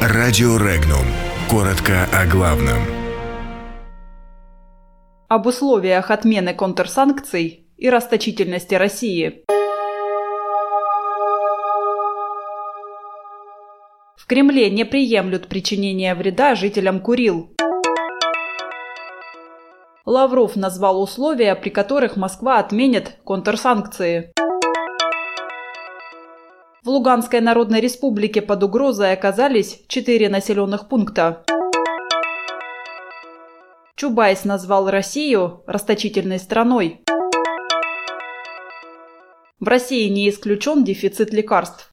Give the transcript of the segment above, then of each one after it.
Радио Регнум. Коротко о главном. Об условиях отмены контрсанкций и расточительности России. В Кремле не приемлют причинения вреда жителям Курил. Лавров назвал условия, при которых Москва отменит контрсанкции. В Луганской Народной Республике под угрозой оказались 4 населенных пункта. Чубайс назвал Россию расточительной страной. В России не исключен дефицит лекарств.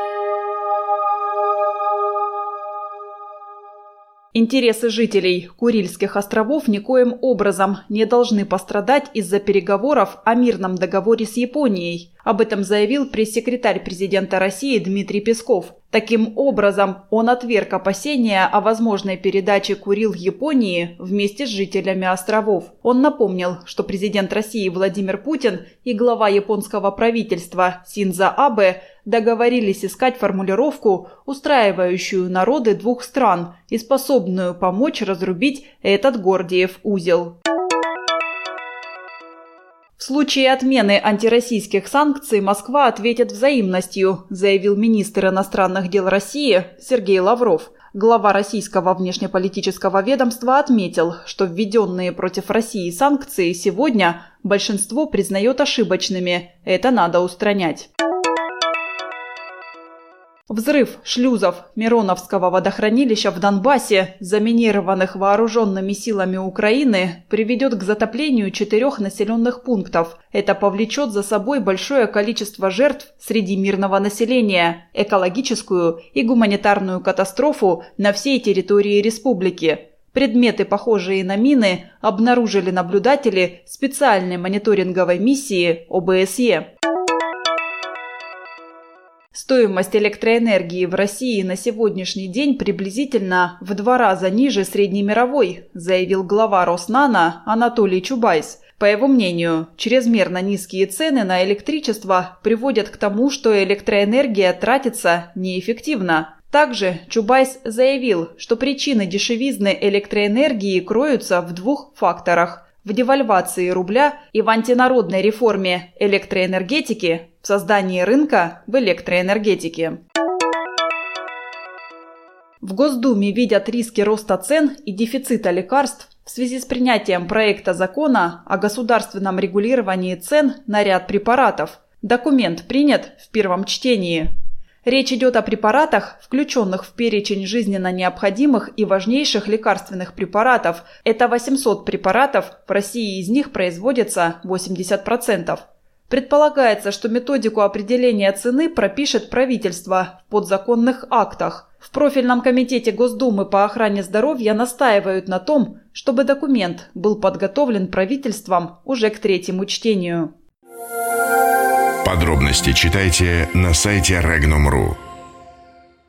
Интересы жителей Курильских островов никоим образом не должны пострадать из-за переговоров о мирном договоре с Японией. Об этом заявил пресс-секретарь президента России Дмитрий Песков. Таким образом, он отверг опасения о возможной передаче Курил Японии вместе с жителями островов. Он напомнил, что президент России Владимир Путин и глава японского правительства Синдзо Абе договорились искать формулировку, устраивающую народы двух стран и способную помочь разрубить этот Гордиев узел. В случае отмены антироссийских санкций Москва ответит взаимностью, заявил министр иностранных дел России Сергей Лавров. Глава российского внешнеполитического ведомства отметил, что введенные против России санкции сегодня большинство признает ошибочными. Это надо устранять. Взрыв шлюзов Мироновского водохранилища в Донбассе, заминированных вооруженными силами Украины, приведет к затоплению 4 населенных пунктов. Это повлечет за собой большое количество жертв среди мирного населения, экологическую и гуманитарную катастрофу на всей территории республики. Предметы, похожие на мины, обнаружили наблюдатели специальной мониторинговой миссии ОБСЕ. Стоимость электроэнергии в России на сегодняшний день приблизительно в 2 раза ниже среднемировой, заявил глава Роснано Анатолий Чубайс. По его мнению, чрезмерно низкие цены на электричество приводят к тому, что электроэнергия тратится неэффективно. Также Чубайс заявил, что причины дешевизны электроэнергии кроются в 2 факторах – в девальвации рубля и в антинародной реформе электроэнергетики, в создании рынка в электроэнергетике. В Госдуме видят риски роста цен и дефицита лекарств в связи с принятием проекта закона о государственном регулировании цен на ряд препаратов. Документ принят в первом чтении. Речь идет о препаратах, включенных в перечень жизненно необходимых и важнейших лекарственных препаратов. Это 800 препаратов, в России из них производится 80%. Предполагается, что методику определения цены пропишет правительство в подзаконных актах. В профильном комитете Госдумы по охране здоровья настаивают на том, чтобы документ был подготовлен правительством уже к 3-му чтению. Подробности читайте на сайте Regnum.ru.